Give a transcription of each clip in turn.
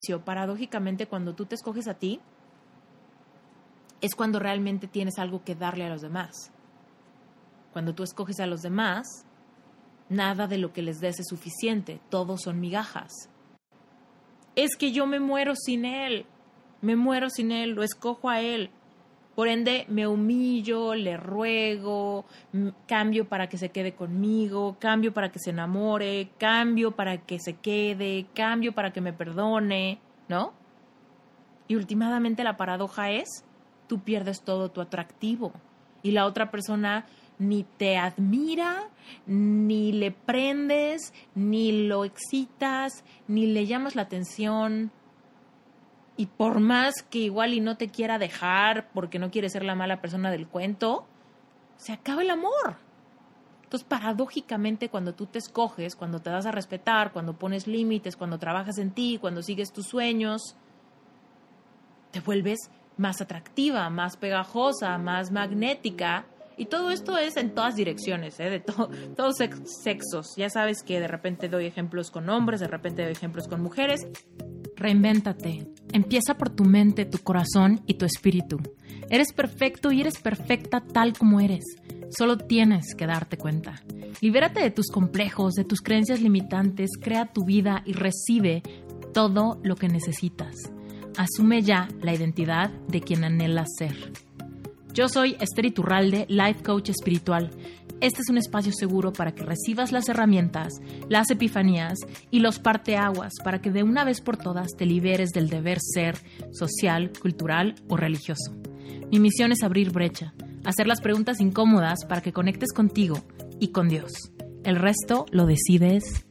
paradójicamente, cuando tú te escoges a ti, es cuando realmente tienes algo que darle a los demás. Cuando tú escoges a los demás, nada de lo que les des es suficiente, todos son migajas. Es que yo me muero sin él, lo escojo a él. Por ende, me humillo, le ruego, cambio para que se quede conmigo, cambio para que se enamore, cambio para que se quede, cambio para que me perdone, ¿no? Y últimamente la paradoja es, tú pierdes todo tu atractivo y la otra persona ni te admira, ni le prendes, ni lo excitas, ni le llamas la atención. Y por más que igual y no te quiera dejar porque no quiere ser la mala persona del cuento, se acaba el amor. Entonces, paradójicamente, cuando tú te escoges, cuando te das a respetar, cuando pones límites, cuando trabajas en ti, cuando sigues tus sueños, te vuelves más atractiva, más pegajosa, más magnética. Y todo esto es en todas direcciones, de todos sexos. Ya sabes que de repente doy ejemplos con hombres, de repente doy ejemplos con mujeres. Reinvéntate. Empieza por tu mente, tu corazón y tu espíritu. Eres perfecto y eres perfecta tal como eres. Solo tienes que darte cuenta. Libérate de tus complejos, de tus creencias limitantes, crea tu vida y recibe todo lo que necesitas. Asume ya la identidad de quien anhelas ser. Yo soy Esther Iturralde, Life Coach Espiritual. Este es un espacio seguro para que recibas las herramientas, las epifanías y los parteaguas para que de una vez por todas te liberes del deber ser social, cultural o religioso. Mi misión es abrir brecha, hacer las preguntas incómodas para que conectes contigo y con Dios. El resto lo decides.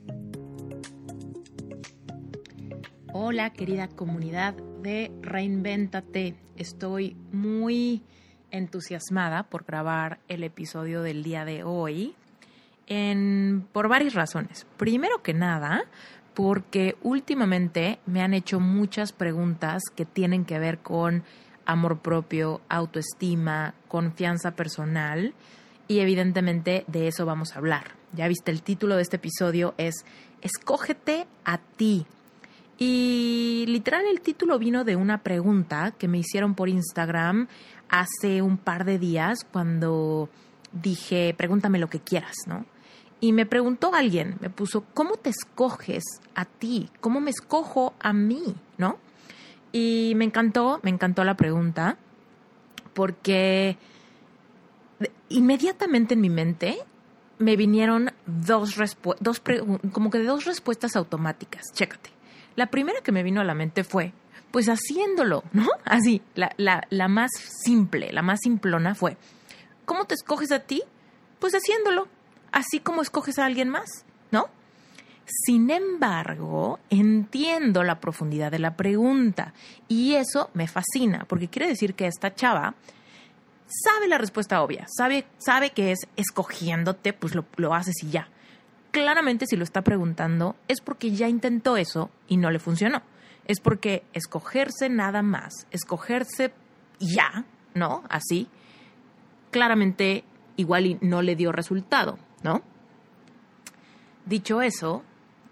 Hola, querida comunidad de Reinvéntate. Estoy muy entusiasmada por grabar el episodio del día de hoy por varias razones. Primero que nada, porque últimamente me han hecho muchas preguntas que tienen que ver con amor propio, autoestima, confianza personal y evidentemente de eso vamos a hablar. Ya viste, el título de este episodio es Escógete a ti. Y literal el título vino de una pregunta que me hicieron por Instagram hace un par de días cuando dije, pregúntame lo que quieras, ¿no? Y me preguntó alguien, me puso, ¿cómo te escoges a ti? ¿Cómo me escojo a mí? ¿No? Y me encantó la pregunta porque inmediatamente en mi mente me vinieron dos respuestas automáticas. Chécate. La primera que me vino a la mente fue, pues haciéndolo, ¿no? Así, la más simple, la más simplona fue, ¿cómo te escoges a ti? Pues haciéndolo, así como escoges a alguien más, ¿no? Sin embargo, entiendo la profundidad de la pregunta y eso me fascina, porque quiere decir que esta chava sabe la respuesta obvia, sabe que es escogiéndote, pues lo haces y ya. Claramente si lo está preguntando es porque ya intentó eso y no le funcionó. Es porque escogerse nada más, escogerse ya, ¿no? Así, claramente igual y no le dio resultado, ¿no? Dicho eso,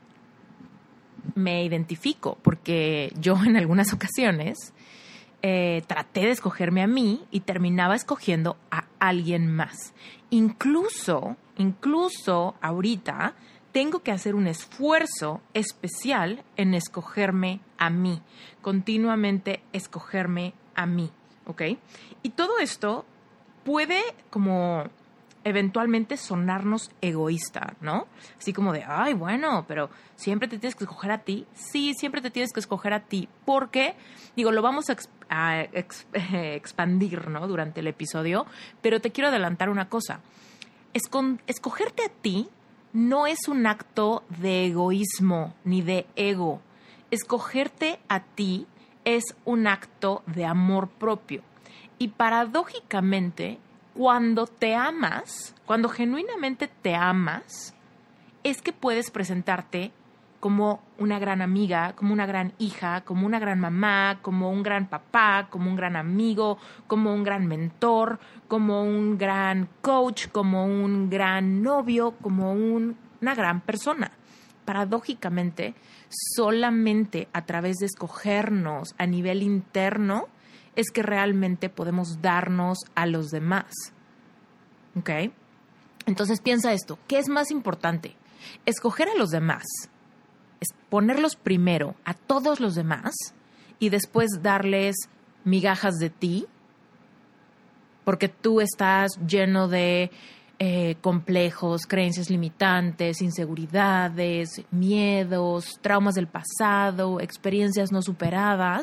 me identifico porque yo en algunas ocasiones traté de escogerme a mí y terminaba escogiendo a alguien más. Incluso ahorita tengo que hacer un esfuerzo especial en escogerme a mí, continuamente escogerme a mí, ¿ok? Y todo esto puede como eventualmente sonarnos egoísta, ¿no? Así como de, ay, bueno, pero siempre te tienes que escoger a ti. Sí, siempre te tienes que escoger a ti, porque, lo vamos a expandir, ¿no? Durante el episodio, pero te quiero adelantar una cosa. Escogerte a ti no es un acto de egoísmo ni de ego. Escogerte a ti es un acto de amor propio. Y paradójicamente, cuando te amas, cuando genuinamente te amas, es que puedes presentarte como una gran amiga, como una gran hija, como una gran mamá, como un gran papá, como un gran amigo, como un gran mentor, como un gran coach, como un gran novio, como una gran persona. paradójicamente, solamente a través de escogernos a nivel interno es que realmente podemos darnos a los demás. ¿Ok? Entonces piensa esto, ¿qué es más importante? Escoger a los demás, es ponerlos primero a todos los demás y después darles migajas de ti, porque tú estás lleno de complejos, creencias limitantes, inseguridades, miedos, traumas del pasado, experiencias no superadas,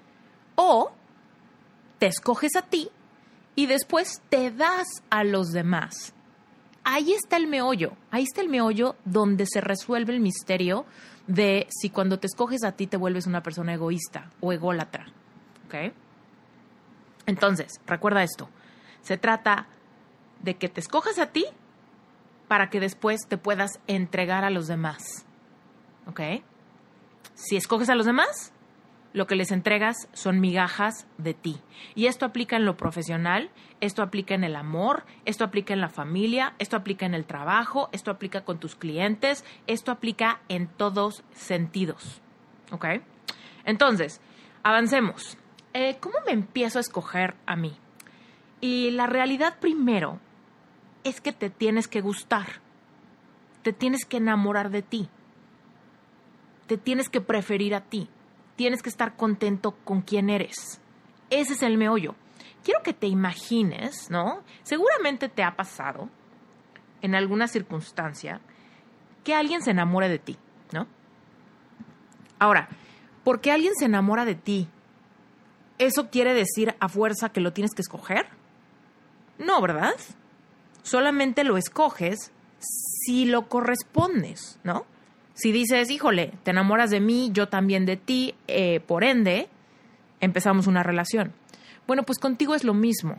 o te escoges a ti y después te das a los demás. Ahí está el meollo donde se resuelve el misterio de si cuando te escoges a ti te vuelves una persona egoísta o ególatra. ¿Ok? Entonces, recuerda esto. Se trata de que te escojas a ti para que después te puedas entregar a los demás. ¿Ok? Si escoges a los demás, lo que les entregas son migajas de ti. Y esto aplica en lo profesional, esto aplica en el amor, esto aplica en la familia, esto aplica en el trabajo, esto aplica con tus clientes, esto aplica en todos sentidos. ¿Ok? Entonces, avancemos. ¿Cómo me empiezo a escoger a mí? Y la realidad primero es que te tienes que gustar, te tienes que enamorar de ti, te tienes que preferir a ti, tienes que estar contento con quien eres. Ese es el meollo. Quiero que te imagines, ¿no? Seguramente te ha pasado en alguna circunstancia que alguien se enamore de ti, ¿no? Ahora, porque alguien se enamora de ti, ¿eso quiere decir a fuerza que lo tienes que escoger? No, ¿verdad? Solamente lo escoges si lo correspondes, ¿no? Si dices, híjole, te enamoras de mí, yo también de ti, por ende, empezamos una relación. Bueno, pues contigo es lo mismo.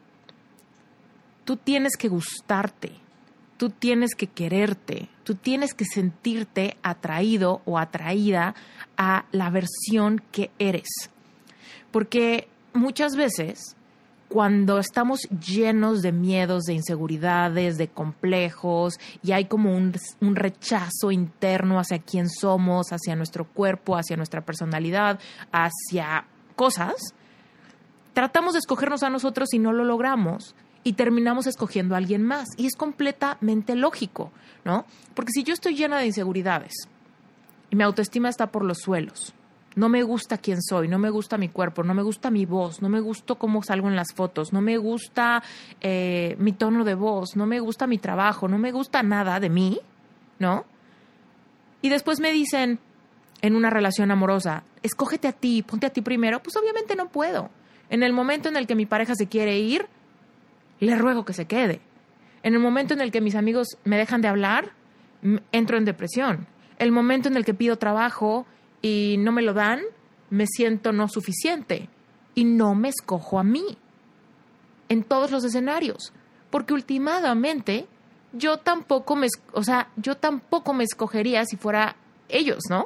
Tú tienes que gustarte, tú tienes que quererte, tú tienes que sentirte atraído o atraída a la versión que eres. Porque muchas veces, cuando estamos llenos de miedos, de inseguridades, de complejos, y hay como un rechazo interno hacia quién somos, hacia nuestro cuerpo, hacia nuestra personalidad, hacia cosas, tratamos de escogernos a nosotros y no lo logramos. Y terminamos escogiendo a alguien más. Y es completamente lógico, ¿no? Porque si yo estoy llena de inseguridades y mi autoestima está por los suelos, no me gusta quién soy, no me gusta mi cuerpo, no me gusta mi voz, no me gusta cómo salgo en las fotos, no me gusta mi tono de voz, no me gusta mi trabajo, no me gusta nada de mí, ¿no? Y después me dicen en una relación amorosa, escógete a ti, ponte a ti primero, pues obviamente no puedo. En el momento en el que mi pareja se quiere ir, le ruego que se quede. En el momento en el que mis amigos me dejan de hablar, entro en depresión. El momento en el que pido trabajo y no me lo dan, me siento no suficiente y no me escojo a mí en todos los escenarios, porque últimamente yo tampoco me escogería si fuera ellos, ¿no?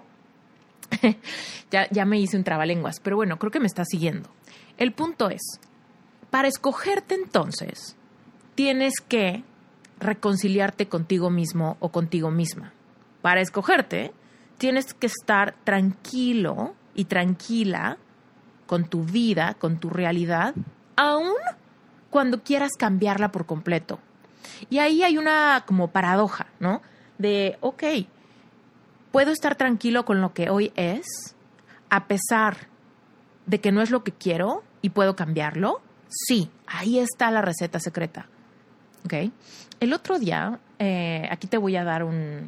ya me hice un trabalenguas, pero bueno, creo que me está siguiendo. El punto es, para escogerte entonces, tienes que reconciliarte contigo mismo o contigo misma. Para escogerte, tienes que estar tranquilo y tranquila con tu vida, con tu realidad, aun cuando quieras cambiarla por completo. Y ahí hay una como paradoja, ¿no? De, ok, puedo estar tranquilo con lo que hoy es, a pesar de que no es lo que quiero y puedo cambiarlo. Sí, ahí está la receta secreta. ¿Ok? El otro día, aquí te voy a dar un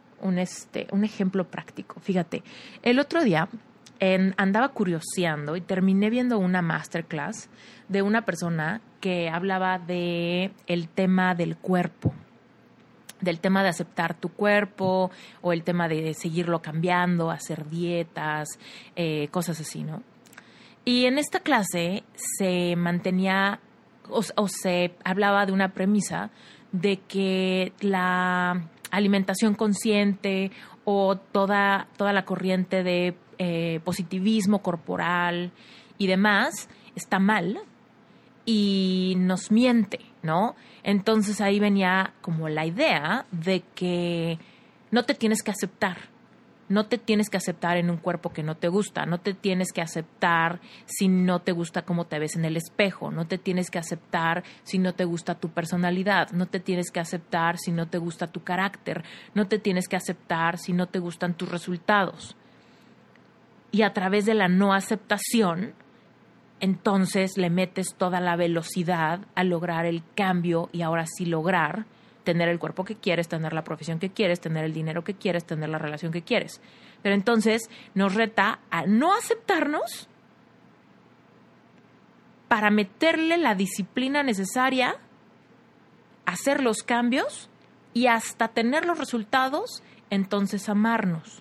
ejemplo práctico. Fíjate, el otro día andaba curioseando y terminé viendo una masterclass de una persona que hablaba de el tema del cuerpo, del tema de aceptar tu cuerpo o el tema de seguirlo cambiando, hacer dietas, cosas así, ¿no? Y en esta clase se mantenía o se hablaba de una premisa de que la alimentación consciente o toda la corriente de positivismo corporal y demás está mal y nos miente, ¿no? Entonces ahí venía como la idea de que No te tienes que aceptar. No te tienes que aceptar en un cuerpo que no te gusta. No te tienes que aceptar si no te gusta cómo te ves en el espejo. No te tienes que aceptar si no te gusta tu personalidad. No te tienes que aceptar si no te gusta tu carácter. No te tienes que aceptar si no te gustan tus resultados. Y a través de la no aceptación, entonces le metes toda la velocidad a lograr el cambio y ahora sí lograr tener el cuerpo que quieres, tener la profesión que quieres, tener el dinero que quieres, tener la relación que quieres. Pero entonces nos reta a no aceptarnos para meterle la disciplina necesaria, hacer los cambios y hasta tener los resultados, entonces amarnos.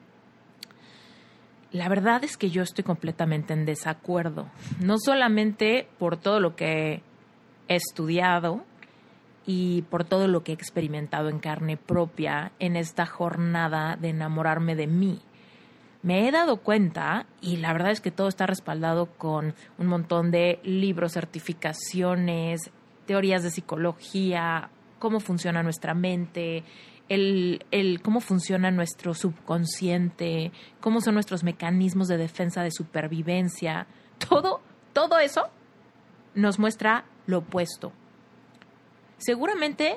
La verdad es que yo estoy completamente en desacuerdo, no solamente por todo lo que he estudiado y por todo lo que he experimentado en carne propia en esta jornada de enamorarme de mí. Me he dado cuenta, y la verdad es que todo está respaldado con un montón de libros, certificaciones, teorías de psicología, cómo funciona nuestra mente, cómo funciona nuestro subconsciente, cómo son nuestros mecanismos de defensa, de supervivencia. Todo eso nos muestra lo opuesto. Seguramente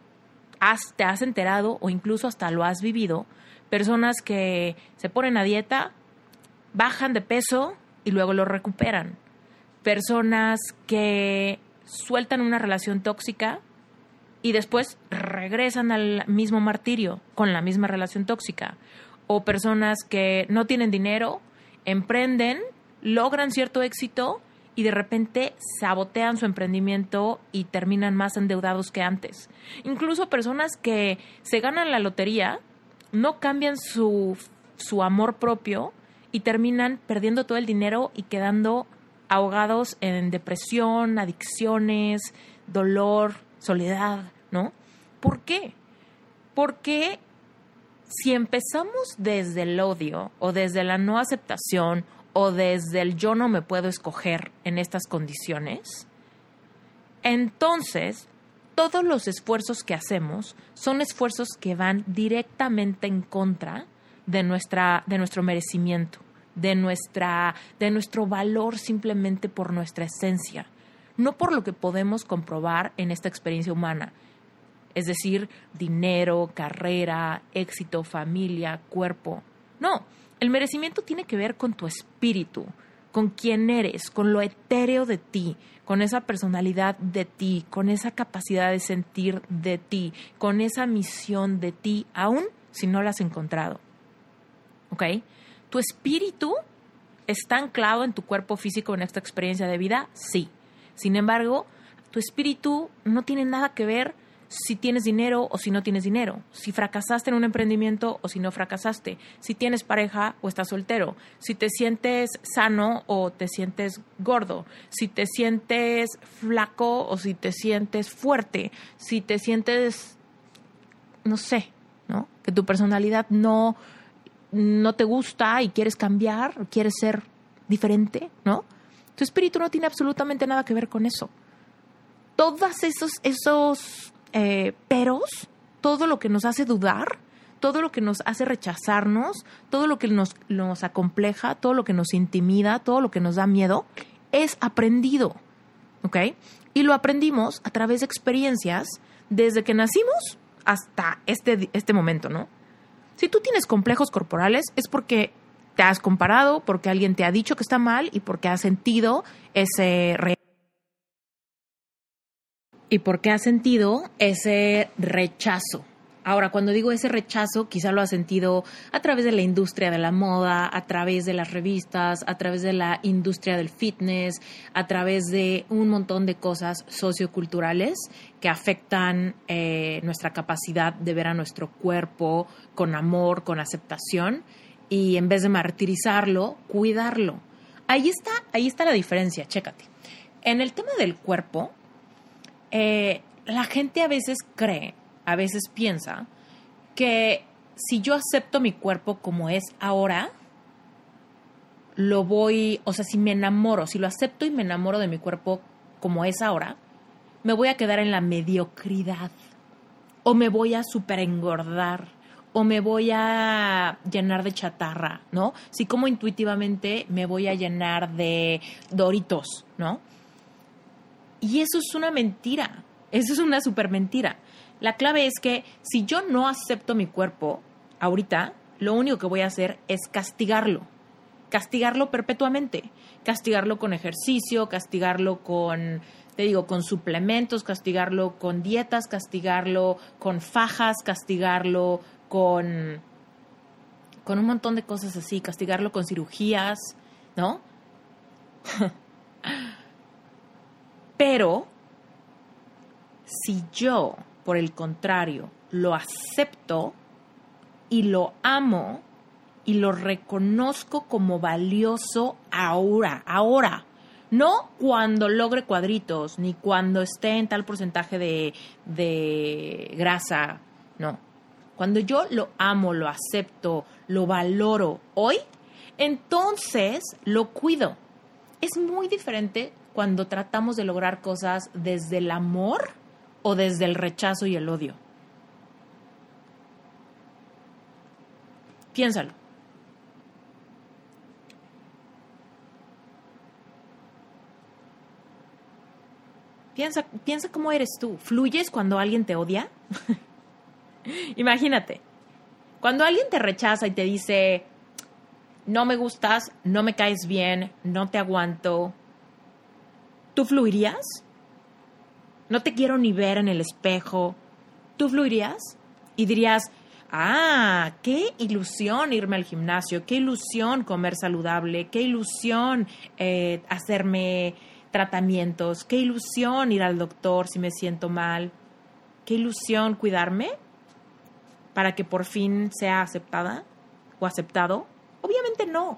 te has enterado o incluso hasta lo has vivido, personas que se ponen a dieta, bajan de peso y luego lo recuperan. Personas que sueltan una relación tóxica y después regresan al mismo martirio con la misma relación tóxica. O personas que no tienen dinero, emprenden, logran cierto éxito y de repente sabotean su emprendimiento y terminan más endeudados que antes. Incluso personas que se ganan la lotería, no cambian su amor propio y terminan perdiendo todo el dinero y quedando ahogados en depresión, adicciones, dolor, soledad, ¿no? ¿Por qué? Porque si empezamos desde el odio o desde la no aceptación o desde el yo no me puedo escoger en estas condiciones, entonces todos los esfuerzos que hacemos son esfuerzos que van directamente en contra de nuestro merecimiento, de nuestro valor simplemente por nuestra esencia, no por lo que podemos comprobar en esta experiencia humana. Es decir, dinero, carrera, éxito, familia, cuerpo. No, el merecimiento tiene que ver con tu espíritu, con quién eres, con lo etéreo de ti, con esa personalidad de ti, con esa capacidad de sentir de ti, con esa misión de ti, aún si no la has encontrado. ¿Ok? ¿Tu espíritu está anclado en tu cuerpo físico en esta experiencia de vida? Sí. Sin embargo, tu espíritu no tiene nada que ver si tienes dinero o si no tienes dinero, si fracasaste en un emprendimiento o si no fracasaste, si tienes pareja o estás soltero, si te sientes sano o te sientes gordo, si te sientes flaco o si te sientes fuerte, si te sientes, no sé, ¿no? Que tu personalidad no te gusta y quieres cambiar, quieres ser diferente, ¿no? Tu espíritu no tiene absolutamente nada que ver con eso. Todos esos peros, todo lo que nos hace dudar, todo lo que nos hace rechazarnos, todo lo que nos acompleja, todo lo que nos intimida, todo lo que nos da miedo, es aprendido, ¿ok? Y lo aprendimos a través de experiencias desde que nacimos hasta este momento, ¿no? Si tú tienes complejos corporales es porque te has comparado, porque alguien te ha dicho que está mal y porque has sentido ese rechazo. Ahora, cuando digo ese rechazo, quizá lo has sentido a través de la industria de la moda, a través de las revistas, a través de la industria del fitness, a través de un montón de cosas socioculturales que afectan nuestra capacidad de ver a nuestro cuerpo con amor, con aceptación, y en vez de martirizarlo, cuidarlo. Ahí está la diferencia, chécate. En el tema del cuerpo, la gente a veces piensa que si yo acepto mi cuerpo como es ahora, si me enamoro, si lo acepto y me enamoro de mi cuerpo como es ahora, me voy a quedar en la mediocridad, o me voy a super engordar, o me voy a llenar de chatarra, ¿no? Si como intuitivamente me voy a llenar de Doritos, ¿no? Y eso es una mentira, eso es una súper mentira. La clave es que si yo no acepto mi cuerpo ahorita, lo único que voy a hacer es castigarlo perpetuamente, castigarlo con ejercicio, castigarlo con, te digo, con suplementos, castigarlo con dietas, castigarlo con fajas, castigarlo con un montón de cosas así, castigarlo con cirugías, ¿no? Pero si yo, por el contrario, lo acepto y lo amo y lo reconozco como valioso ahora, no cuando logre cuadritos, ni cuando esté en tal porcentaje de grasa, no. Cuando yo lo amo, lo acepto, lo valoro hoy, entonces lo cuido. Es muy diferente cuando tratamos de lograr cosas desde el amor o desde el rechazo y el odio. Piénsalo. Piensa cómo eres tú. ¿Fluyes cuando alguien te odia? Imagínate. Cuando alguien te rechaza y te dice, no me gustas, no me caes bien, no te aguanto, ¿tú fluirías? No te quiero ni ver en el espejo. ¿Tú fluirías? Y dirías, qué ilusión irme al gimnasio, qué ilusión comer saludable, qué ilusión hacerme tratamientos, qué ilusión ir al doctor si me siento mal, qué ilusión cuidarme para que por fin sea aceptada o aceptado. Obviamente no.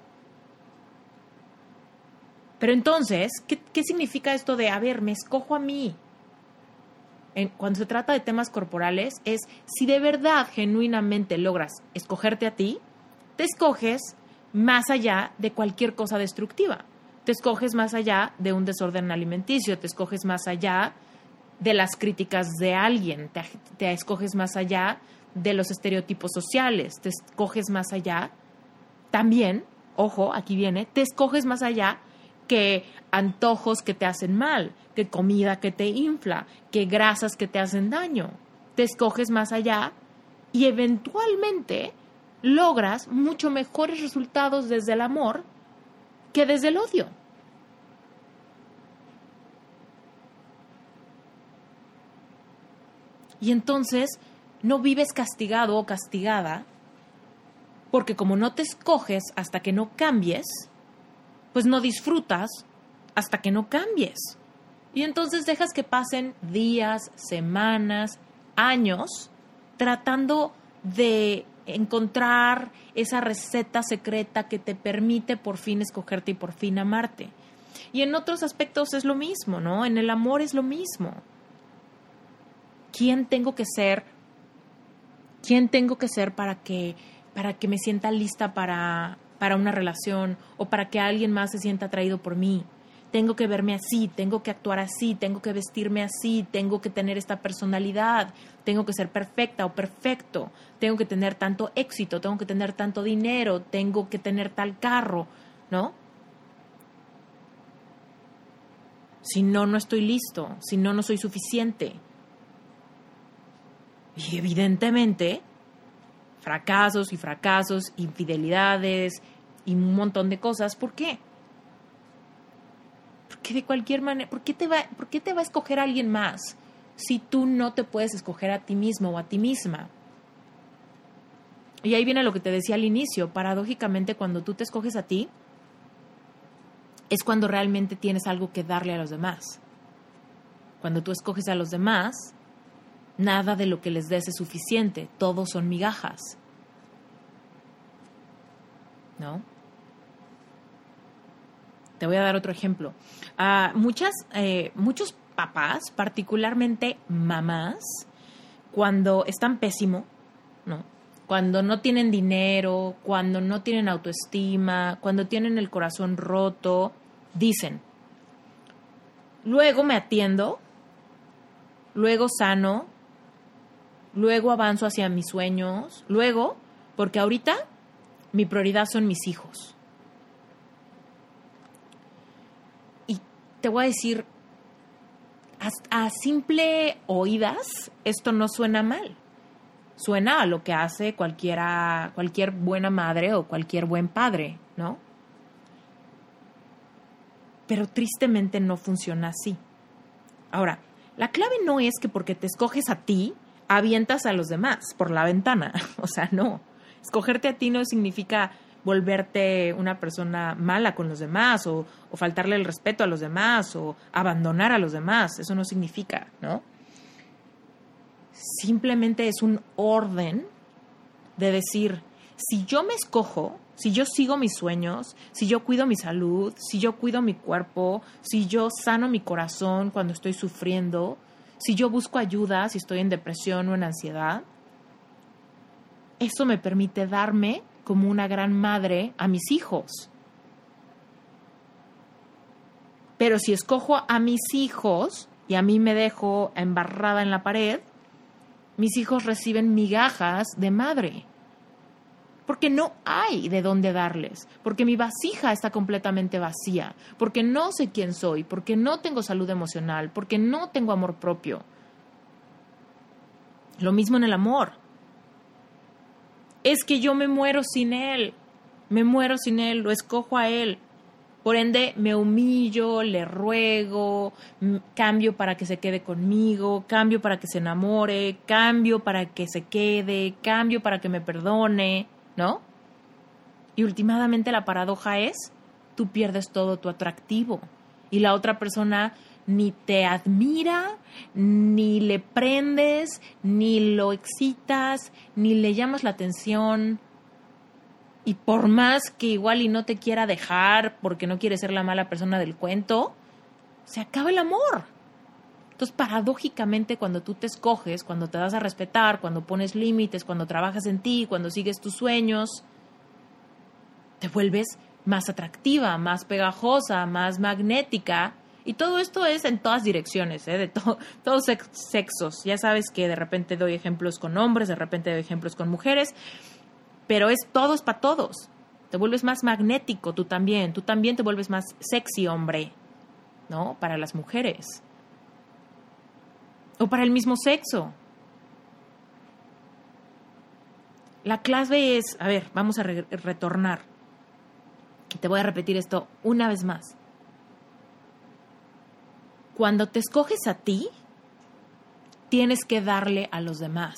Pero entonces, ¿qué significa esto de, me escojo a mí? Cuando se trata de temas corporales, es si de verdad, genuinamente logras escogerte a ti, te escoges más allá de cualquier cosa destructiva. Te escoges más allá de un desorden alimenticio, te escoges más allá de las críticas de alguien, te escoges más allá de los estereotipos sociales, te escoges más allá también, ojo, aquí viene, te escoges más allá que antojos que te hacen mal, que comida que te infla, que grasas que te hacen daño. Te escoges más allá y eventualmente logras mucho mejores resultados desde el amor que desde el odio. Y entonces no vives castigado o castigada porque como no te escoges hasta que no cambies, pues no disfrutas hasta que no cambies. Y entonces dejas que pasen días, semanas, años tratando de encontrar esa receta secreta que te permite por fin escogerte y por fin amarte. Y en otros aspectos es lo mismo, ¿no? En el amor es lo mismo. ¿Quién tengo que ser? ¿Quién tengo que ser para que me sienta lista para una relación o para que alguien más se sienta atraído por mí? Tengo que verme así, tengo que actuar así, tengo que vestirme así, tengo que tener esta personalidad, tengo que ser perfecta o perfecto, tengo que tener tanto éxito, tengo que tener tanto dinero, tengo que tener tal carro, ¿no? Si no, no estoy listo, si no, no soy suficiente. Y evidentemente, fracasos, infidelidades y un montón de cosas. ¿Por qué? Porque de cualquier manera, ¿por qué te va a escoger a alguien más si tú no te puedes escoger a ti mismo o a ti misma? Y ahí viene lo que te decía al inicio. Paradójicamente, cuando tú te escoges a ti, es cuando realmente tienes algo que darle a los demás. Cuando tú escoges a los demás, nada de lo que les des es suficiente. Todos son migajas, ¿no? Te voy a dar otro ejemplo. Muchos papás, particularmente mamás, cuando están pésimo, ¿no? Cuando no tienen dinero, cuando no tienen autoestima, cuando tienen el corazón roto, dicen, luego me atiendo, luego sano, luego avanzo hacia mis sueños, luego, porque ahorita mi prioridad son mis hijos. Y te voy a decir, a simple oídas, esto no suena mal. Suena a lo que hace cualquier buena madre o cualquier buen padre, ¿no? Pero tristemente no funciona así. Ahora, la clave no es que porque te escoges a ti, avientas a los demás por la ventana. O sea, no. Escogerte a ti no significa volverte una persona mala con los demás o faltarle el respeto a los demás o abandonar a los demás. Eso no significa, ¿no? Simplemente es un orden de decir, si yo me escojo, si yo sigo mis sueños, si yo cuido mi salud, si yo cuido mi cuerpo, si yo sano mi corazón cuando estoy sufriendo, si yo busco ayuda, si estoy en depresión o en ansiedad, eso me permite darme como una gran madre a mis hijos. Pero si escojo a mis hijos y a mí me dejo embarrada en la pared, mis hijos reciben migajas de madre. Porque no hay de dónde darles, porque mi vasija está completamente vacía, porque no sé quién soy, porque no tengo salud emocional, porque no tengo amor propio. Lo mismo en el amor. Es que yo me muero sin él, lo escojo a él. Por ende, me humillo, le ruego, cambio para que se quede conmigo, cambio para que se enamore, cambio para que se quede, cambio para que me perdone, ¿no? Y últimamente la paradoja es, tú pierdes todo tu atractivo y la otra persona ni te admira, ni le prendes, ni lo excitas, ni le llamas la atención. Y por más que igual y no te quiera dejar porque no quiere ser la mala persona del cuento, se acaba el amor. Entonces, paradójicamente, cuando tú te escoges, cuando te das a respetar, cuando pones límites, cuando trabajas en ti, cuando sigues tus sueños, te vuelves más atractiva, más pegajosa, más magnética. Y todo esto es en todas direcciones, de todos sexos. Ya sabes que de repente doy ejemplos con hombres, de repente doy ejemplos con mujeres, pero todo es para todos. Te vuelves más magnético, tú también te vuelves más sexy, hombre, ¿no? Para las mujeres. O para el mismo sexo. La clave es, a ver, vamos a retornar. Y te voy a repetir esto una vez más. Cuando te escoges a ti, tienes que darle a los demás.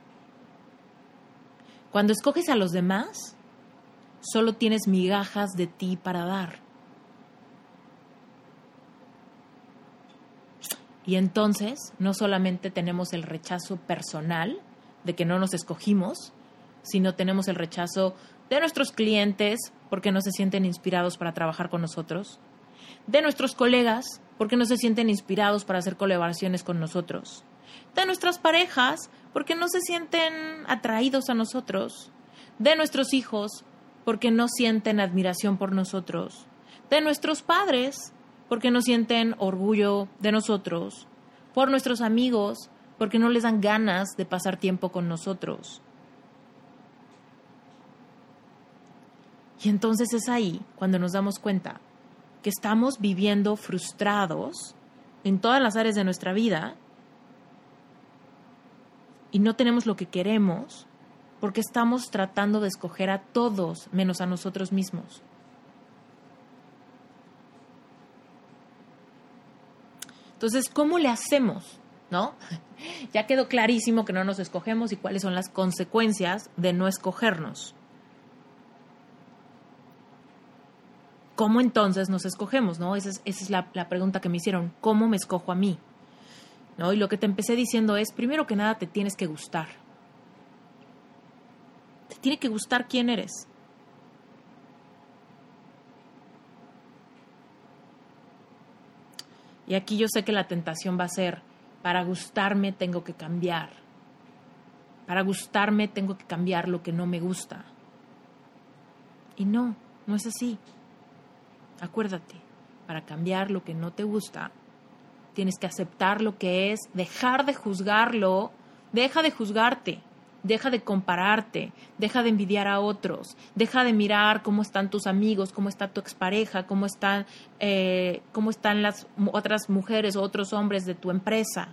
Cuando escoges a los demás, solo tienes migajas de ti para dar. Y entonces, no solamente tenemos el rechazo personal de que no nos escogimos, sino tenemos el rechazo de nuestros clientes porque no se sienten inspirados para trabajar con nosotros, de nuestros colegas porque no se sienten inspirados para hacer colaboraciones con nosotros, de nuestras parejas porque no se sienten atraídos a nosotros, de nuestros hijos porque no sienten admiración por nosotros, de nuestros padres porque no sienten orgullo de nosotros, por nuestros amigos porque no les dan ganas de pasar tiempo con nosotros. Y entonces es ahí cuando nos damos cuenta que estamos viviendo frustrados en todas las áreas de nuestra vida y no tenemos lo que queremos porque estamos tratando de escoger a todos menos a nosotros mismos. Entonces, ¿cómo le hacemos? ¿No? Ya quedó clarísimo que no nos escogemos y cuáles son las consecuencias de no escogernos. ¿Cómo entonces nos escogemos? ¿No? Esa es la pregunta que me hicieron. ¿Cómo me escojo a mí? ¿No? Y lo que te empecé diciendo es, primero que nada, te tienes que gustar. Te tiene que gustar quién eres. Y aquí yo sé que la tentación va a ser, para gustarme tengo que cambiar. Para gustarme tengo que cambiar lo que no me gusta. Y no es así. Acuérdate, para cambiar lo que no te gusta, tienes que aceptar lo que es, dejar de juzgarlo, Deja de juzgarte, deja de compararte, deja de envidiar a otros, deja de mirar cómo están tus amigos, cómo está tu expareja, cómo están las otras mujeres o otros hombres de tu empresa.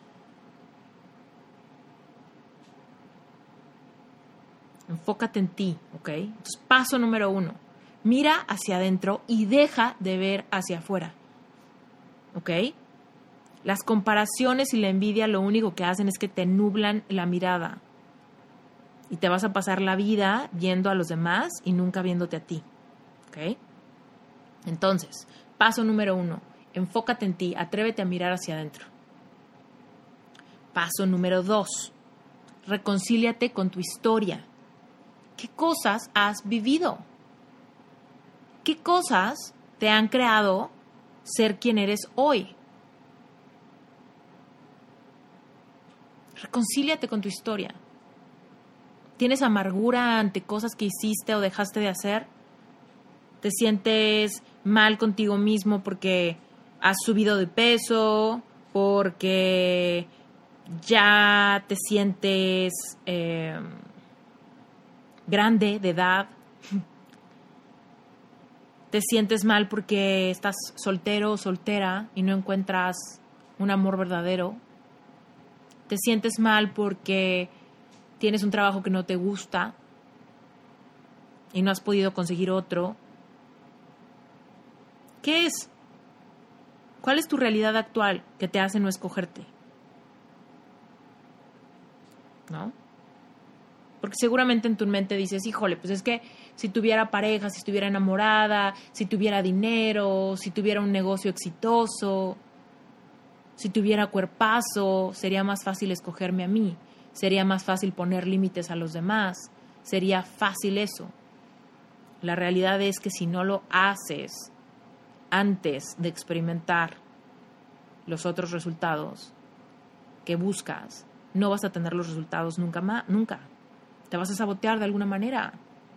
Enfócate en ti, ¿ok? Entonces, paso número 1, mira hacia adentro y deja de ver hacia afuera, ¿ok? Las comparaciones y la envidia lo único que hacen es que te nublan la mirada y te vas a pasar la vida viendo a los demás y nunca viéndote a ti, ¿ok? Entonces, paso número 1, enfócate en ti, atrévete a mirar hacia adentro. Paso número 2, reconcíliate con tu historia. ¿Qué cosas has vivido? ¿Qué cosas te han creado ser quien eres hoy? Reconcíliate con tu historia. ¿Tienes amargura ante cosas que hiciste o dejaste de hacer? ¿Te sientes mal contigo mismo porque has subido de peso? ¿Porque ya te sientes grande de edad? ¿Te sientes mal porque estás soltero o soltera y no encuentras un amor verdadero? ¿Te sientes mal porque tienes un trabajo que no te gusta y no has podido conseguir otro? ¿Qué es? ¿Cuál es tu realidad actual que te hace no escogerte? ¿No? Porque seguramente en tu mente dices, híjole, pues es que si tuviera pareja, si estuviera enamorada, si tuviera dinero, si tuviera un negocio exitoso, si tuviera cuerpazo, sería más fácil escogerme a mí, sería más fácil poner límites a los demás, sería fácil eso. La realidad es que si no lo haces antes de experimentar los otros resultados que buscas, no vas a tener los resultados nunca. Te vas a sabotear de alguna manera,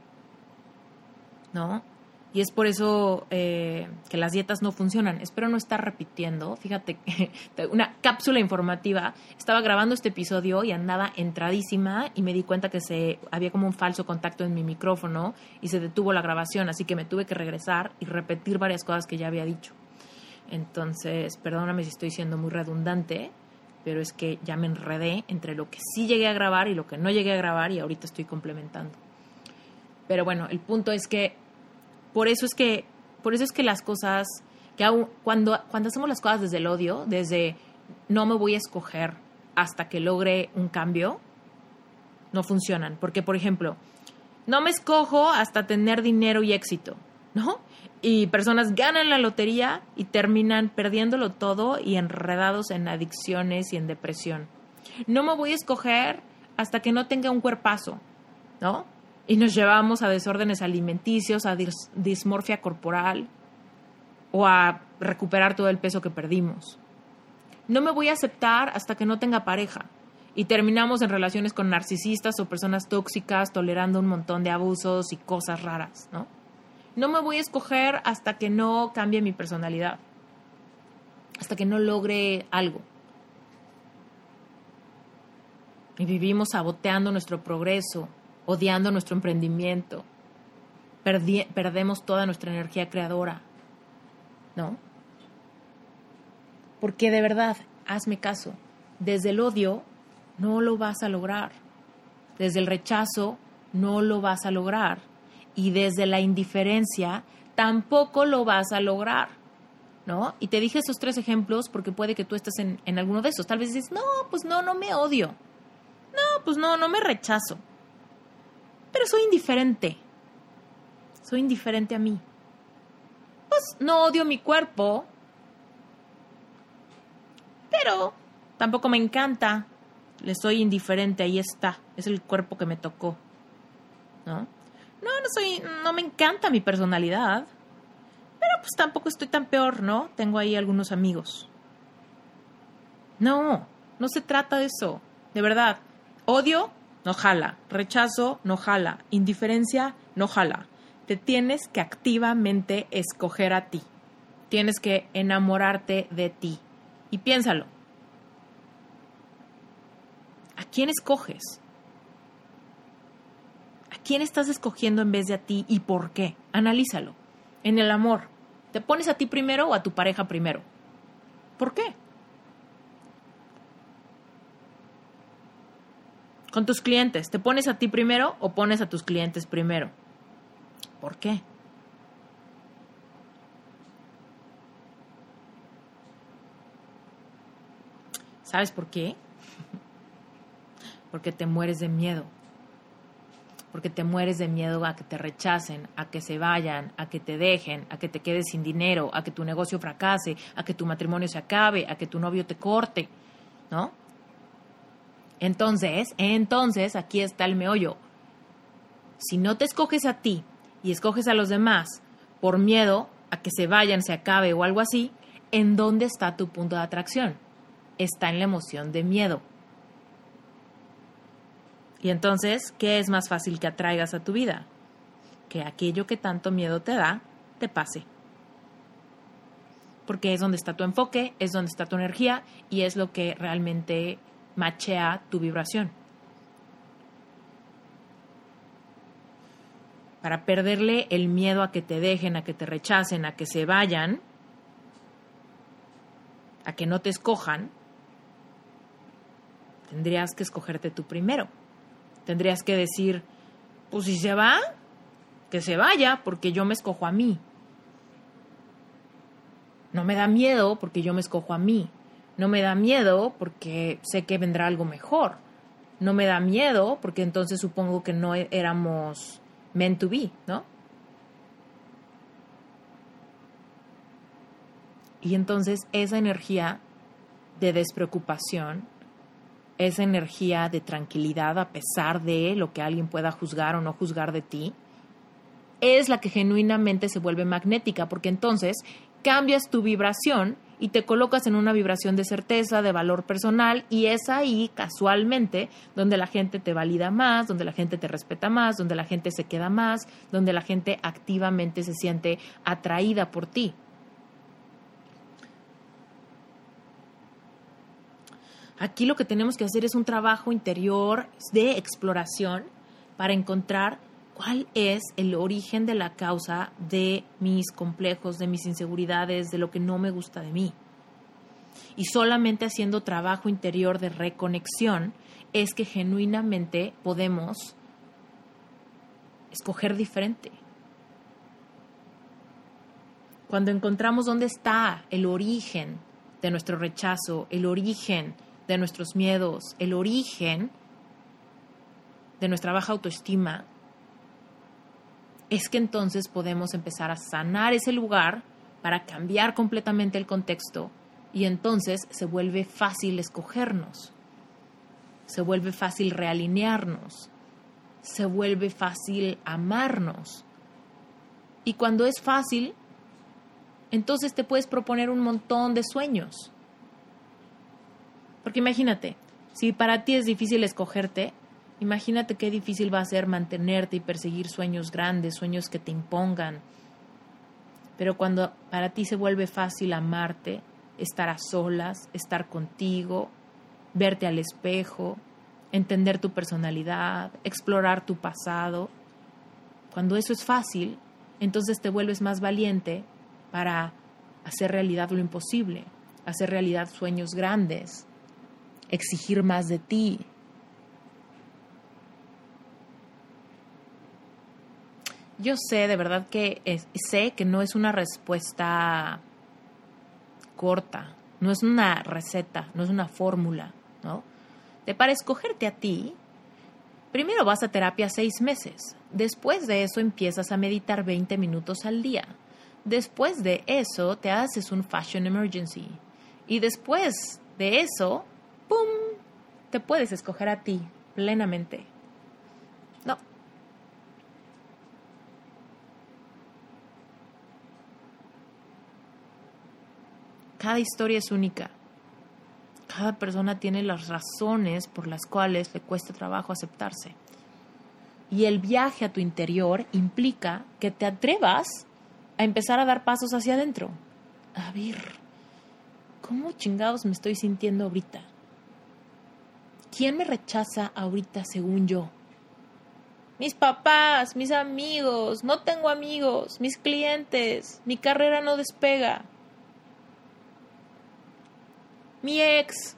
¿no? Y es por eso que las dietas no funcionan. Espero no estar repitiendo. Fíjate, una cápsula informativa. Estaba grabando este episodio y andaba entradísima y me di cuenta que había como un falso contacto en mi micrófono y se detuvo la grabación. Así que me tuve que regresar y repetir varias cosas que ya había dicho. Entonces, perdóname si estoy siendo muy redundante, pero es que ya me enredé entre lo que sí llegué a grabar y lo que no llegué a grabar y ahorita estoy complementando. Pero bueno, el punto es que por eso es que las cosas, que aún cuando hacemos las cosas desde el odio, desde no me voy a escoger hasta que logre un cambio, no funcionan. Porque, por ejemplo, no me escojo hasta tener dinero y éxito, ¿no? Y personas ganan la lotería y terminan perdiéndolo todo y enredados en adicciones y en depresión. No me voy a escoger hasta que no tenga un cuerpazo, ¿no? Y nos llevamos a desórdenes alimenticios, a dismorfia corporal o a recuperar todo el peso que perdimos. No me voy a aceptar hasta que no tenga pareja y terminamos en relaciones con narcisistas o personas tóxicas tolerando un montón de abusos y cosas raras, ¿no? No me voy a escoger hasta que no cambie mi personalidad, hasta que no logre algo. Y vivimos saboteando nuestro progreso, odiando nuestro emprendimiento. Perdemos toda nuestra energía creadora, ¿no? Porque de verdad, hazme caso, desde el odio no lo vas a lograr. Desde el rechazo no lo vas a lograr. Y desde la indiferencia tampoco lo vas a lograr, ¿no? Y te dije esos 3 ejemplos porque puede que tú estés en alguno de esos. Tal vez dices, no, pues no me odio. No, pues no me rechazo. Pero soy indiferente. Soy indiferente a mí. Pues no odio mi cuerpo, pero tampoco me encanta. Le soy indiferente, ahí está. Es el cuerpo que me tocó, ¿no? No me encanta mi personalidad, pero pues tampoco estoy tan peor, ¿no? Tengo ahí algunos amigos. No se trata de eso, de verdad. Odio, no jala. Rechazo, no jala. Indiferencia, no jala. Te tienes que activamente escoger a ti. Tienes que enamorarte de ti. Y piénsalo. ¿A quién escoges? ¿A quién estás escogiendo en vez de a ti y por qué? Analízalo. En el amor, ¿te pones a ti primero o a tu pareja primero? ¿Por qué? Con tus clientes, ¿te pones a ti primero o pones a tus clientes primero? ¿Por qué? ¿Sabes por qué? Porque te mueres de miedo. Porque te mueres de miedo a que te rechacen, a que se vayan, a que te dejen, a que te quedes sin dinero, a que tu negocio fracase, a que tu matrimonio se acabe, a que tu novio te corte, ¿no? Entonces, aquí está el meollo. Si no te escoges a ti y escoges a los demás por miedo a que se vayan, se acabe o algo así, ¿en dónde está tu punto de atracción? Está en la emoción de miedo. Y entonces, ¿qué es más fácil que atraigas a tu vida? Que aquello que tanto miedo te da, te pase. Porque es donde está tu enfoque, es donde está tu energía y es lo que realmente machea tu vibración. Para perderle el miedo a que te dejen, a que te rechacen, a que se vayan, a que no te escojan, tendrías que escogerte tú primero. Tendrías que decir, pues si se va, que se vaya, porque yo me escojo a mí. No me da miedo porque yo me escojo a mí. No me da miedo porque sé que vendrá algo mejor. No me da miedo porque entonces supongo que no éramos meant to be, ¿no? Y entonces esa energía de despreocupación, esa energía de tranquilidad a pesar de lo que alguien pueda juzgar o no juzgar de ti, es la que genuinamente se vuelve magnética, porque entonces cambias tu vibración y te colocas en una vibración de certeza, de valor personal, y es ahí, casualmente, donde la gente te valida más, donde la gente te respeta más, donde la gente se queda más, donde la gente activamente se siente atraída por ti. Aquí lo que tenemos que hacer es un trabajo interior de exploración para encontrar cuál es el origen de la causa de mis complejos, de mis inseguridades, de lo que no me gusta de mí. Y solamente haciendo trabajo interior de reconexión es que genuinamente podemos escoger diferente. Cuando encontramos dónde está el origen de nuestro rechazo, el origen de nuestros miedos, el origen de nuestra baja autoestima, es que entonces podemos empezar a sanar ese lugar para cambiar completamente el contexto y entonces se vuelve fácil escogernos, se vuelve fácil realinearnos, se vuelve fácil amarnos. Y cuando es fácil, entonces te puedes proponer un montón de sueños. Porque imagínate, si para ti es difícil escogerte, imagínate qué difícil va a ser mantenerte y perseguir sueños grandes, sueños que te impongan. Pero cuando para ti se vuelve fácil amarte, estar a solas, estar contigo, verte al espejo, entender tu personalidad, explorar tu pasado, cuando eso es fácil, entonces te vuelves más valiente para hacer realidad lo imposible, hacer realidad sueños grandes, exigir más de ti. Yo sé, de verdad que sé que no es una respuesta corta, no es una receta, no es una fórmula, ¿no? Para escogerte a ti, primero vas a terapia 6 meses. Después de eso empiezas a meditar 20 minutos al día. Después de eso te haces un fashion emergency. Y después de eso, ¡pum!, te puedes escoger a ti plenamente. No. Cada historia es única. Cada persona tiene las razones por las cuales le cuesta trabajo aceptarse. Y el viaje a tu interior implica que te atrevas a empezar a dar pasos hacia adentro. A ver, ¿cómo chingados me estoy sintiendo ahorita? ¿quién me rechaza ahorita según yo? Mis papás, mis amigos, no tengo amigos, mis clientes, mi carrera no despega, mi ex.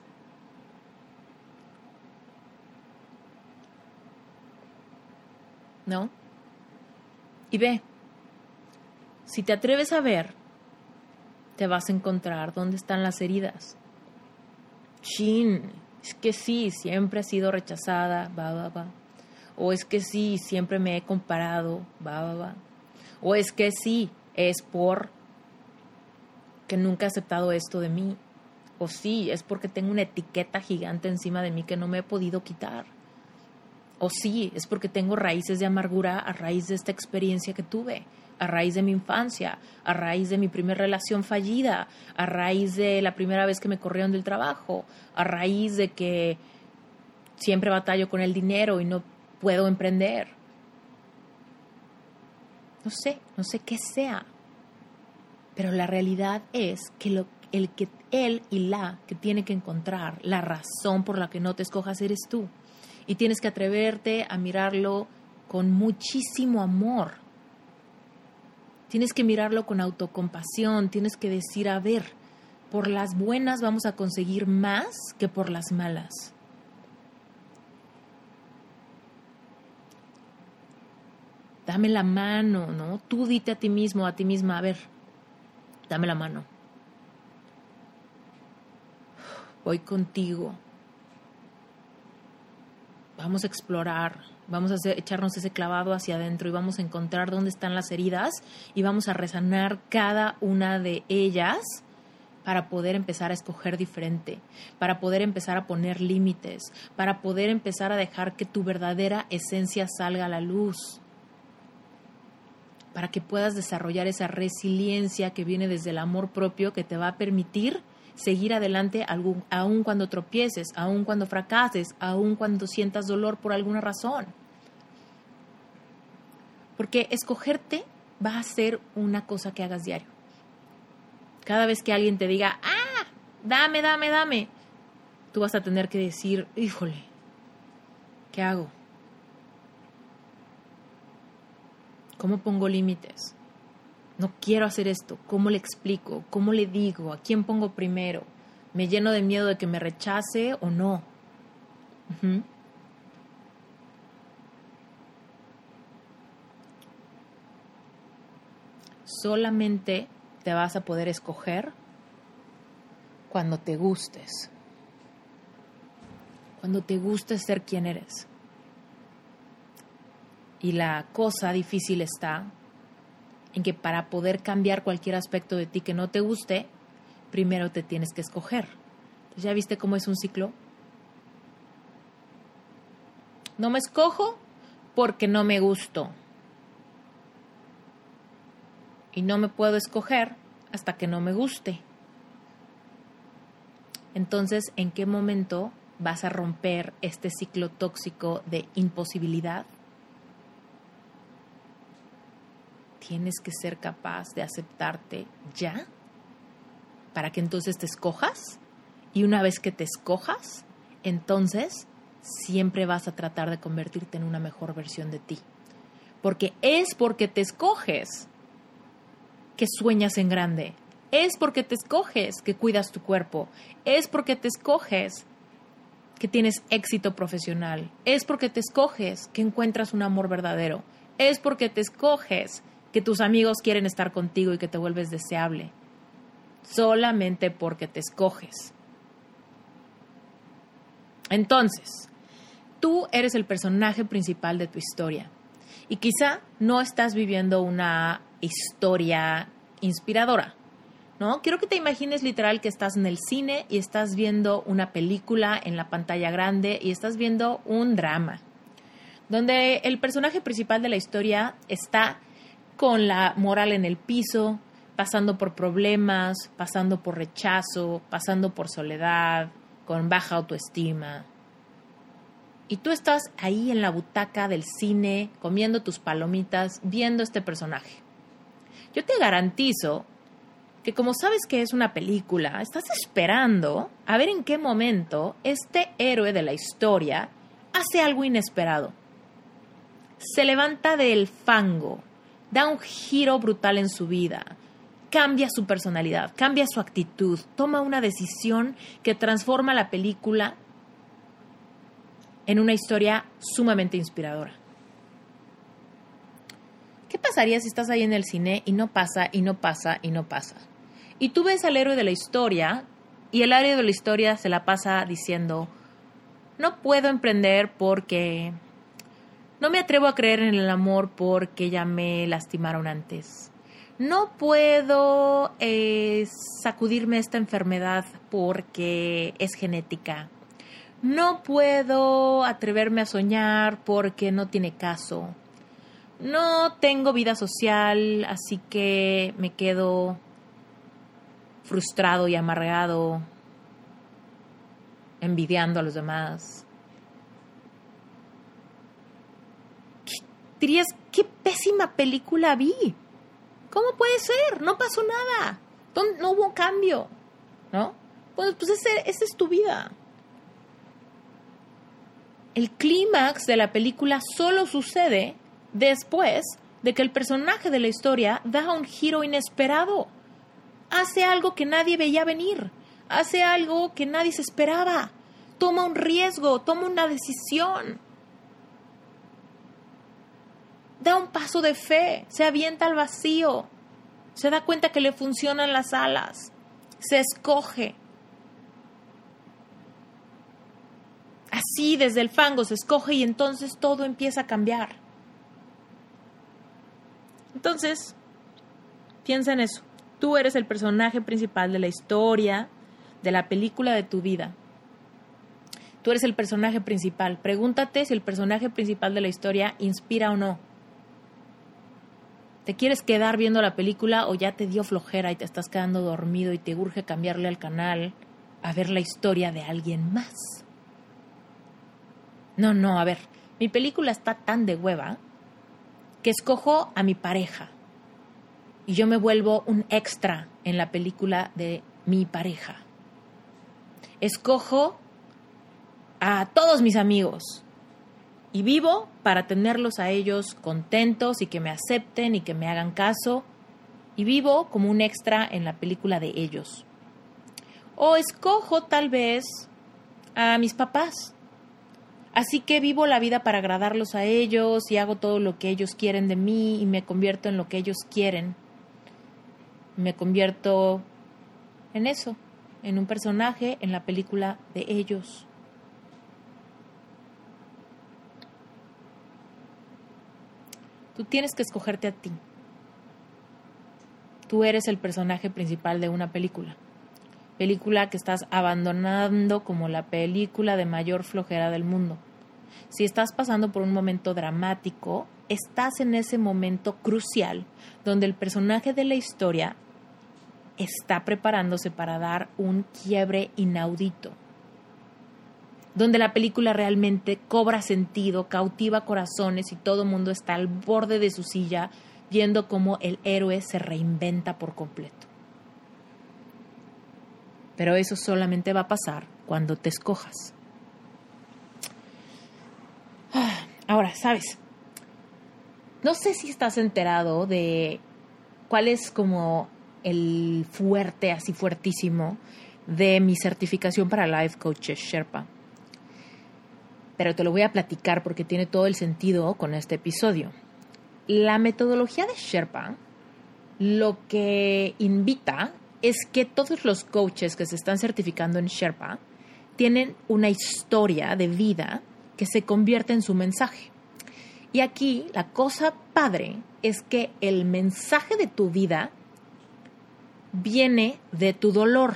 ¿No? Y ve, si te atreves a ver, te vas a encontrar dónde están las heridas. Chin, es que sí, siempre he sido rechazada, va. O es que sí, siempre me he comparado, va. O es que sí, es por que nunca he aceptado esto de mí. O sí, es porque tengo una etiqueta gigante encima de mí que no me he podido quitar. O sí, es porque tengo raíces de amargura a raíz de esta experiencia que tuve, a raíz de mi infancia, a raíz de mi primera relación fallida, a raíz de la primera vez que me corrieron del trabajo, a raíz de que siempre batallo con el dinero y no puedo emprender. No sé qué sea. Pero la realidad es que él y la que tiene que encontrar la razón por la que no te escojas eres tú. Y tienes que atreverte a mirarlo con muchísimo amor. Tienes que mirarlo con autocompasión. Tienes que decir, a ver, por las buenas vamos a conseguir más que por las malas. Dame la mano, ¿no? Tú dite a ti mismo, a ti misma, a ver, dame la mano. Voy contigo. Vamos a explorar, vamos a echarnos ese clavado hacia adentro y vamos a encontrar dónde están las heridas y vamos a resanar cada una de ellas para poder empezar a escoger diferente, para poder empezar a poner límites, para poder empezar a dejar que tu verdadera esencia salga a la luz, para que puedas desarrollar esa resiliencia que viene desde el amor propio que te va a permitir seguir adelante aun cuando tropieces, aun cuando fracases, aun cuando sientas dolor por alguna razón. Porque escogerte va a ser una cosa que hagas diario. Cada vez que alguien te diga, dame, tú vas a tener que decir, híjole, ¿qué hago? ¿Cómo pongo límites? No quiero hacer esto. ¿Cómo le explico? ¿Cómo le digo? ¿A quién pongo primero? ¿Me lleno de miedo de que me rechace o no? Solamente te vas a poder escoger cuando te gustes. Cuando te guste ser quien eres. Y la cosa difícil está en que para poder cambiar cualquier aspecto de ti que no te guste, primero te tienes que escoger. Entonces, ¿ya viste cómo es un ciclo? No me escojo porque no me gusto. Y no me puedo escoger hasta que no me guste. Entonces, ¿en qué momento vas a romper este ciclo tóxico de imposibilidad? Tienes que ser capaz de aceptarte ya para que entonces te escojas. Y una vez que te escojas, entonces siempre vas a tratar de convertirte en una mejor versión de ti. Porque es porque te escoges que sueñas en grande. Es porque te escoges que cuidas tu cuerpo. Es porque te escoges que tienes éxito profesional. Es porque te escoges que encuentras un amor verdadero. Es porque te escoges que tus amigos quieren estar contigo y que te vuelves deseable. Solamente porque te escoges. Entonces, tú eres el personaje principal de tu historia. Y quizá no estás viviendo una historia inspiradora, ¿no? Quiero que te imagines literal que estás en el cine y estás viendo una película en la pantalla grande y estás viendo un drama, donde el personaje principal de la historia está con la moral en el piso, pasando por problemas, pasando por rechazo, pasando por soledad, con baja autoestima. Y tú estás ahí en la butaca del cine, comiendo tus palomitas, viendo este personaje. Yo te garantizo que como sabes que es una película, estás esperando a ver en qué momento este héroe de la historia hace algo inesperado. Se levanta del fango, da un giro brutal en su vida, cambia su personalidad, cambia su actitud, toma una decisión que transforma la película en una historia sumamente inspiradora. ¿Qué pasaría si estás ahí en el cine y no pasa, y no pasa, y no pasa? Y tú ves al héroe de la historia y el héroe de la historia se la pasa diciendo, no puedo emprender porque no me atrevo a creer en el amor porque ya me lastimaron antes. No puedo sacudirme esta enfermedad porque es genética. No puedo atreverme a soñar porque no tiene caso. No tengo vida social, así que me quedo frustrado y amargado, envidiando a los demás. Dirías, qué pésima película vi. ¿Cómo puede ser? No pasó nada. No hubo cambio, ¿no? Pues esa es tu vida. El clímax de la película solo sucede después de que el personaje de la historia da un giro inesperado. Hace algo que nadie veía venir. Hace algo que nadie se esperaba. Toma un riesgo, toma una decisión. Da un paso de fe, se avienta al vacío. Se da cuenta que le funcionan las alas. Se escoge. Así, desde el fango se escoge y entonces todo empieza a cambiar. Entonces, piensa en eso. Tú eres el personaje principal de la historia, de la película de tu vida. Tú eres el personaje principal. Pregúntate si el personaje principal de la historia inspira o no. ¿Te quieres quedar viendo la película o ya te dio flojera y te estás quedando dormido y te urge cambiarle al canal a ver la historia de alguien más? No, a ver, mi película está tan de hueva que escojo a mi pareja y yo me vuelvo un extra en la película de mi pareja. Escojo a todos mis amigos y vivo para tenerlos a ellos contentos y que me acepten y que me hagan caso. Y vivo como un extra en la película de ellos. O escojo tal vez a mis papás. Así que vivo la vida para agradarlos a ellos y hago todo lo que ellos quieren de mí y me convierto en lo que ellos quieren. Me convierto en eso, en un personaje en la película de ellos. Tú tienes que escogerte a ti. Tú eres el personaje principal de una película. Película que estás abandonando como la película de mayor flojera del mundo. Si estás pasando por un momento dramático, estás en ese momento crucial donde el personaje de la historia está preparándose para dar un quiebre inaudito. Donde la película realmente cobra sentido, cautiva corazones y todo el mundo está al borde de su silla viendo cómo el héroe se reinventa por completo. Pero eso solamente va a pasar cuando te escojas. Ahora, ¿sabes? No sé si estás enterado de cuál es como el fuerte, así fuertísimo, de mi certificación para Life Coaches Sherpa. Pero te lo voy a platicar porque tiene todo el sentido con este episodio. La metodología de Sherpa lo que invita es que todos los coaches que se están certificando en Sherpa tienen una historia de vida que se convierte en su mensaje. Y aquí la cosa padre es que el mensaje de tu vida viene de tu dolor.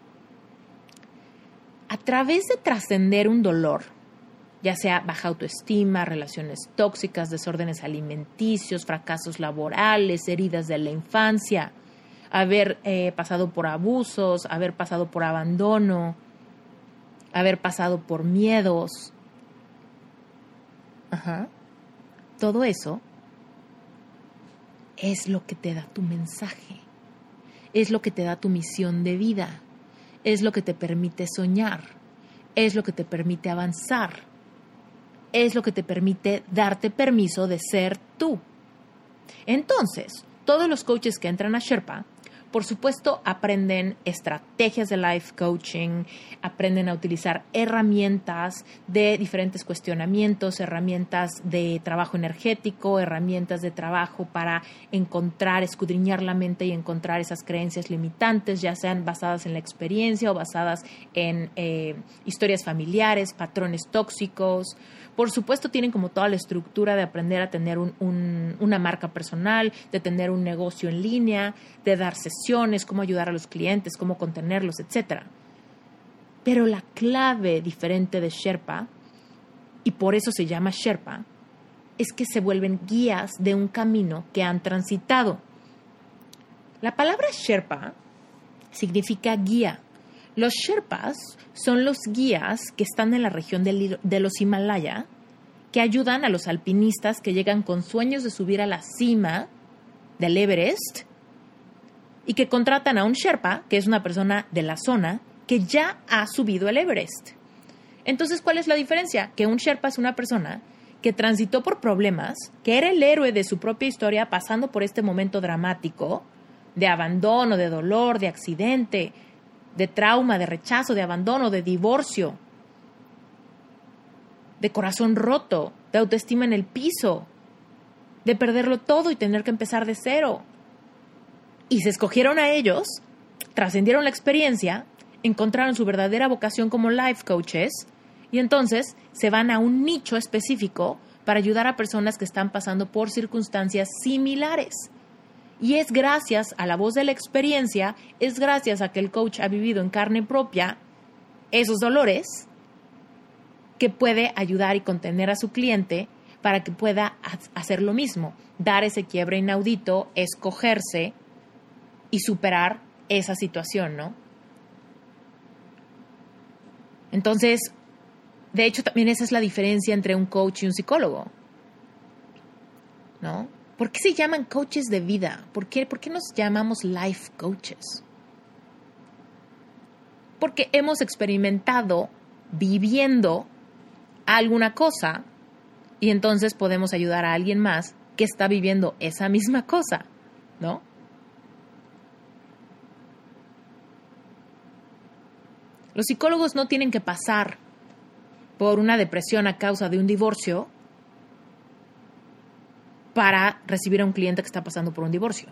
A través de trascender un dolor, ya sea baja autoestima, relaciones tóxicas, desórdenes alimenticios, fracasos laborales, heridas de la infancia, haber pasado por abusos, haber pasado por abandono, haber pasado por miedos. Todo eso es lo que te da tu mensaje. es lo que te da tu misión de vida, es lo que te permite soñar, es lo que te permite avanzar, es lo que te permite darte permiso de ser tú. Entonces, todos los coaches que entran a Sherpa, por supuesto, aprenden estrategias de life coaching, aprenden a utilizar herramientas de diferentes cuestionamientos, herramientas de trabajo energético, herramientas de trabajo para encontrar, escudriñar la mente y encontrar esas creencias limitantes, ya sean basadas en la experiencia o basadas en historias familiares, patrones tóxicos. Por supuesto, tienen como toda la estructura de aprender a tener una marca personal, de tener un negocio en línea, de dar sesiones, cómo ayudar a los clientes, cómo contenerlos, etc. Pero la clave diferente de Sherpa, y por eso se llama Sherpa, es que se vuelven guías de un camino que han transitado. La palabra Sherpa significa guía. Los Sherpas son los guías que están en la región de los Himalaya, que ayudan a los alpinistas que llegan con sueños de subir a la cima del Everest y que contratan a un Sherpa, que es una persona de la zona, que ya ha subido el Everest. Entonces, ¿cuál es la diferencia? Que un Sherpa es una persona que transitó por problemas, que era el héroe de su propia historia pasando por este momento dramático de abandono, de dolor, de accidente, de trauma, de rechazo, de abandono, de divorcio, de corazón roto, de autoestima en el piso, de perderlo todo y tener que empezar de cero. Y se escogieron a ellos, trascendieron la experiencia, encontraron su verdadera vocación como life coaches y entonces se van a un nicho específico para ayudar a personas que están pasando por circunstancias similares. Y es gracias a la voz de la experiencia, es gracias a que el coach ha vivido en carne propia esos dolores, que puede ayudar y contener a su cliente para que pueda hacer lo mismo, dar ese quiebre inaudito, escogerse y superar esa situación, ¿no? Entonces, de hecho, también esa es la diferencia entre un coach y un psicólogo, ¿no? ¿Por qué se llaman coaches de vida? ¿Por qué nos llamamos life coaches? Porque hemos experimentado viviendo alguna cosa y entonces podemos ayudar a alguien más que está viviendo esa misma cosa, ¿no? Los psicólogos no tienen que pasar por una depresión a causa de un divorcio para recibir a un cliente que está pasando por un divorcio.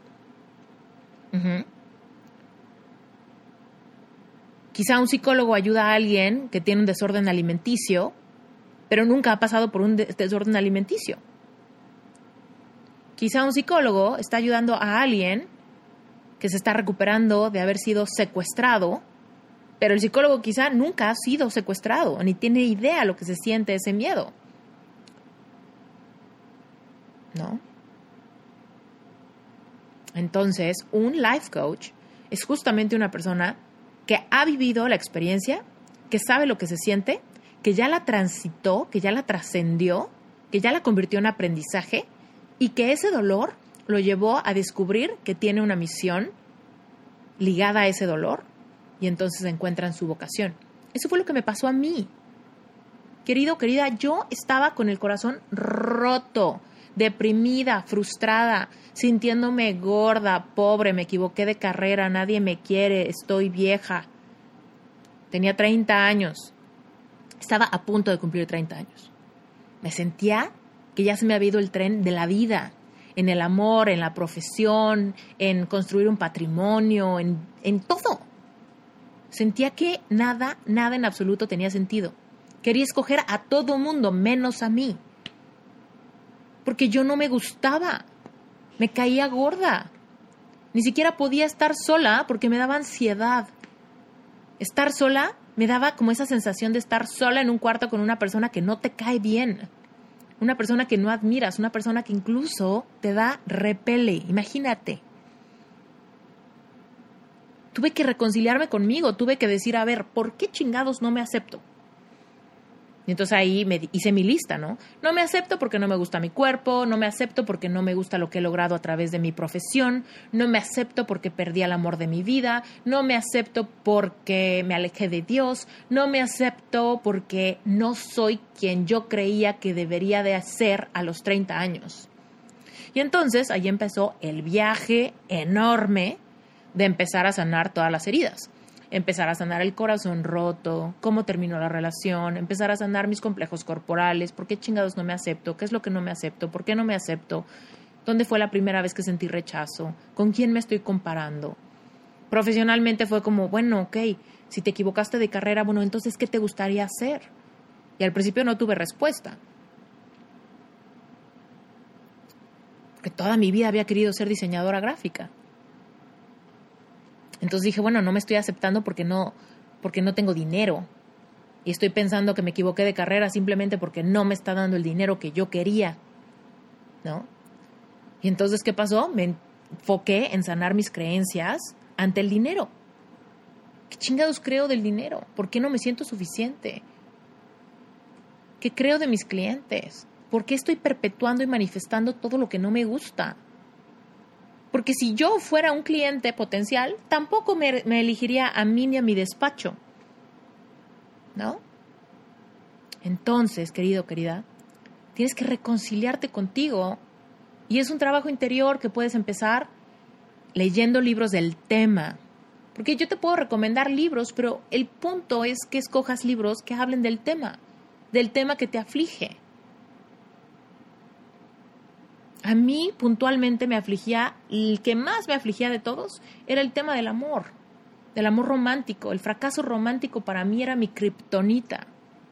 Quizá un psicólogo ayuda a alguien que tiene un desorden alimenticio, pero nunca ha pasado por un desorden alimenticio. Quizá un psicólogo está ayudando a alguien que se está recuperando de haber sido secuestrado, pero el psicólogo quizá nunca ha sido secuestrado, ni tiene idea lo que se siente ese miedo, ¿no? Entonces, un life coach es justamente una persona que ha vivido la experiencia, que sabe lo que se siente, que ya la transitó, que ya la trascendió, que ya la convirtió en aprendizaje y que ese dolor lo llevó a descubrir que tiene una misión ligada a ese dolor y entonces encuentran su vocación. Eso fue lo que me pasó a mí. Querido, querida, yo estaba con el corazón roto, deprimida, frustrada, sintiéndome gorda, pobre, me equivoqué de carrera, nadie me quiere, estoy vieja. Tenía 30 años. Estaba a punto de cumplir 30 años. Me sentía que ya se me había ido el tren de la vida, en el amor, en la profesión, en construir un patrimonio, en todo. Sentía que nada en absoluto tenía sentido. Quería escoger a todo mundo, menos a mí. Porque yo no me gustaba. Me caía gorda. Ni siquiera podía estar sola porque me daba ansiedad. Estar sola me daba como esa sensación de estar sola en un cuarto con una persona que no te cae bien. Una persona que no admiras, una persona que incluso te da repele. Imagínate. Tuve que reconciliarme conmigo, tuve que decir, a ver, ¿por qué chingados no me acepto? entonces ahí hice mi lista, ¿no? No me acepto porque no me gusta mi cuerpo, no me acepto porque no me gusta lo que he logrado a través de mi profesión, no me acepto porque perdí el amor de mi vida, no me acepto porque me alejé de Dios, no me acepto porque no soy quien yo creía que debería de ser a los 30 años. Y entonces ahí empezó el viaje enorme de empezar a sanar todas las heridas. Empezar a sanar el corazón roto, cómo terminó la relación, empezar a sanar mis complejos corporales, por qué chingados no me acepto, qué es lo que no me acepto, por qué no me acepto, dónde fue la primera vez que sentí rechazo, con quién me estoy comparando. Profesionalmente fue como, bueno, ok, si te equivocaste de carrera, bueno, entonces, ¿qué te gustaría hacer? Y al principio no tuve respuesta. Porque toda mi vida había querido ser diseñadora gráfica. Entonces dije, bueno, no me estoy aceptando porque no tengo dinero. Y estoy pensando que me equivoqué de carrera simplemente porque no me está dando el dinero que yo quería, ¿no? Y entonces, ¿qué pasó? Me enfoqué en sanar mis creencias ante el dinero. ¿Qué chingados creo del dinero? ¿Por qué no me siento suficiente? ¿Qué creo de mis clientes? ¿Por qué estoy perpetuando y manifestando todo lo que no me gusta? Porque si yo fuera un cliente potencial, tampoco me elegiría a mí ni a mi despacho, ¿no? Entonces, querido, querida, tienes que reconciliarte contigo. Y es un trabajo interior que puedes empezar leyendo libros del tema. Porque yo te puedo recomendar libros, pero el punto es que escojas libros que hablen del tema que te aflige. A mí, puntualmente, el que más me afligía de todos era el tema del amor romántico. El fracaso romántico para mí era mi kriptonita.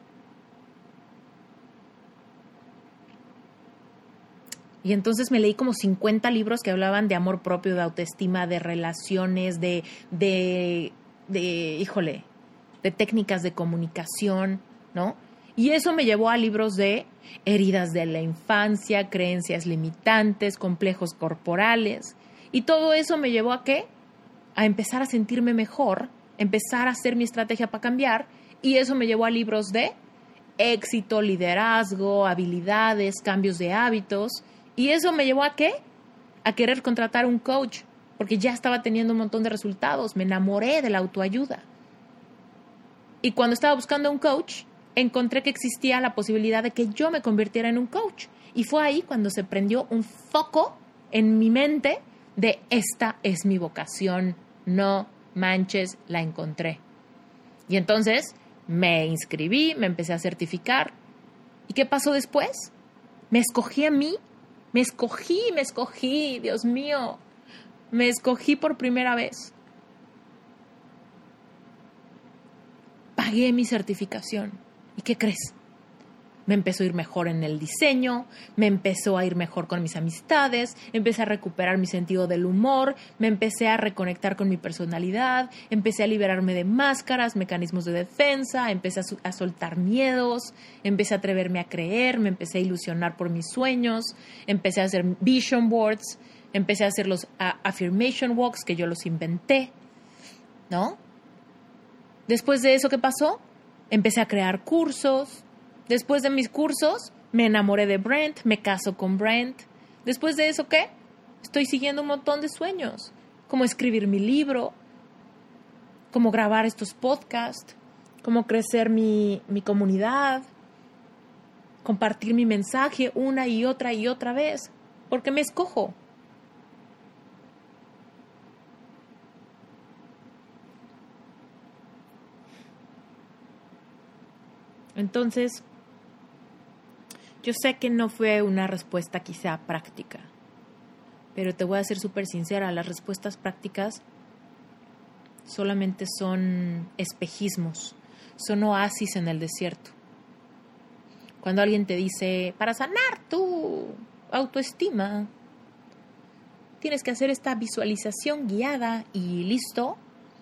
Y entonces me leí como 50 libros que hablaban de amor propio, de autoestima, de relaciones, de técnicas de comunicación, ¿no? Y eso me llevó a libros de heridas de la infancia, creencias limitantes, complejos corporales. Y todo eso me llevó ¿a qué? A empezar a sentirme mejor, empezar a hacer mi estrategia para cambiar. Y eso me llevó a libros de éxito, liderazgo, habilidades, cambios de hábitos. Y eso me llevó ¿a qué? A querer contratar un coach, porque ya estaba teniendo un montón de resultados. Me enamoré de la autoayuda. Y cuando estaba buscando un coach, encontré que existía la posibilidad de que yo me convirtiera en un coach. Y fue ahí cuando se prendió un foco en mi mente de esta es mi vocación, no manches, la encontré. Y entonces me inscribí, me empecé a certificar. ¿Y qué pasó después? Me escogí a mí, me escogí, Dios mío, me escogí por primera vez. Pagué mi certificación. ¿Y qué crees? Me empezó a ir mejor en el diseño, me empezó a ir mejor con mis amistades, empecé a recuperar mi sentido del humor, me empecé a reconectar con mi personalidad, empecé a liberarme de máscaras, mecanismos de defensa, empecé a soltar miedos, empecé a atreverme a creer, me empecé a ilusionar por mis sueños, empecé a hacer vision boards, empecé a hacer los affirmation walks que yo los inventé, ¿no? Después de eso, ¿qué pasó? Empecé a crear cursos. Después de mis cursos, me enamoré de Brent, me caso con Brent. Después de eso, ¿qué? Estoy siguiendo un montón de sueños, como escribir mi libro, como grabar estos podcasts, como crecer mi comunidad, compartir mi mensaje una y otra vez, porque me escojo. Entonces, yo sé que no fue una respuesta quizá práctica, pero te voy a ser súper sincera, las respuestas prácticas solamente son espejismos, son oasis en el desierto. Cuando alguien te dice, para sanar tu autoestima, tienes que hacer esta visualización guiada y listo,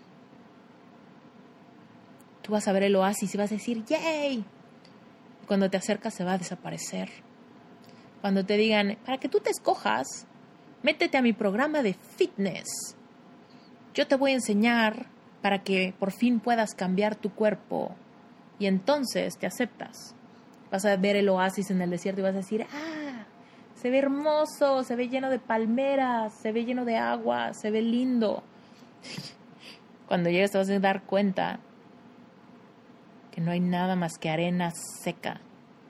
tú vas a ver el oasis y vas a decir, ¡yay! Cuando te acercas se va a desaparecer. Cuando te digan, para que tú te escojas, métete a mi programa de fitness. Yo te voy a enseñar para que por fin puedas cambiar tu cuerpo. Y entonces te aceptas. Vas a ver el oasis en el desierto y vas a decir, se ve hermoso, se ve lleno de palmeras, se ve lleno de agua, se ve lindo. Cuando llegues te vas a dar cuenta que no hay nada más que arena seca.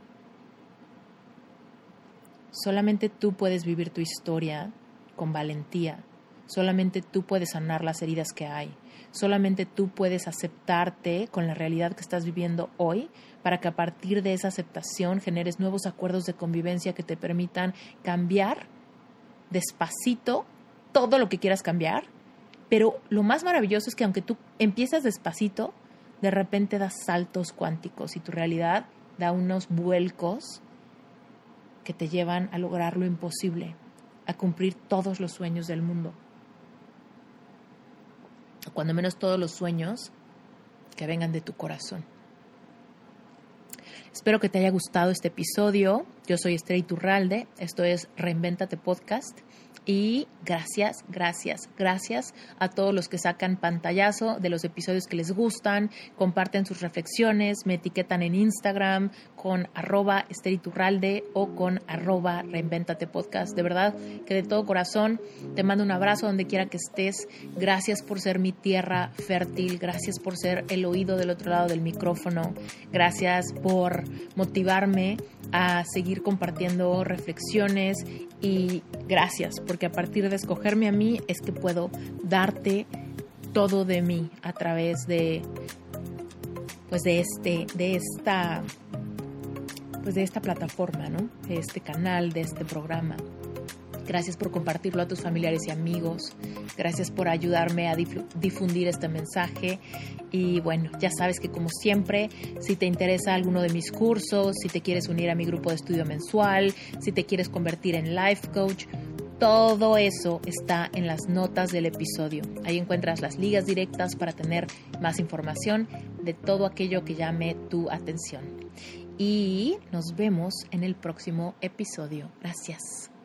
Solamente tú puedes vivir tu historia con valentía. Solamente tú puedes sanar las heridas que hay. Solamente tú puedes aceptarte con la realidad que estás viviendo hoy para que a partir de esa aceptación generes nuevos acuerdos de convivencia que te permitan cambiar despacito todo lo que quieras cambiar. Pero lo más maravilloso es que aunque tú empiezas despacito, de repente das saltos cuánticos y tu realidad da unos vuelcos que te llevan a lograr lo imposible, a cumplir todos los sueños del mundo. O cuando menos todos los sueños que vengan de tu corazón. Espero que te haya gustado este episodio. Yo soy Esther Iturralde. Esto es Reinvéntate Podcast. Y gracias a todos los que sacan pantallazo de los episodios que les gustan, comparten sus reflexiones, me etiquetan en Instagram con @esteriturralde o con @reinvéntate podcast. De verdad que de todo corazón te mando un abrazo donde quiera que estés. Gracias por ser mi tierra fértil, gracias por ser el oído del otro lado del micrófono, gracias por motivarme a seguir compartiendo reflexiones y gracias porque a partir de escogerme a mí es que puedo darte todo de mí a través de esta plataforma, ¿no? De este canal, de este programa. Gracias por compartirlo a tus familiares y amigos. Gracias por ayudarme a difundir este mensaje. Y bueno, ya sabes que como siempre, si te interesa alguno de mis cursos, si te quieres unir a mi grupo de estudio mensual, si te quieres convertir en life coach, todo eso está en las notas del episodio. Ahí encuentras las ligas directas para tener más información de todo aquello que llame tu atención. Y nos vemos en el próximo episodio. Gracias.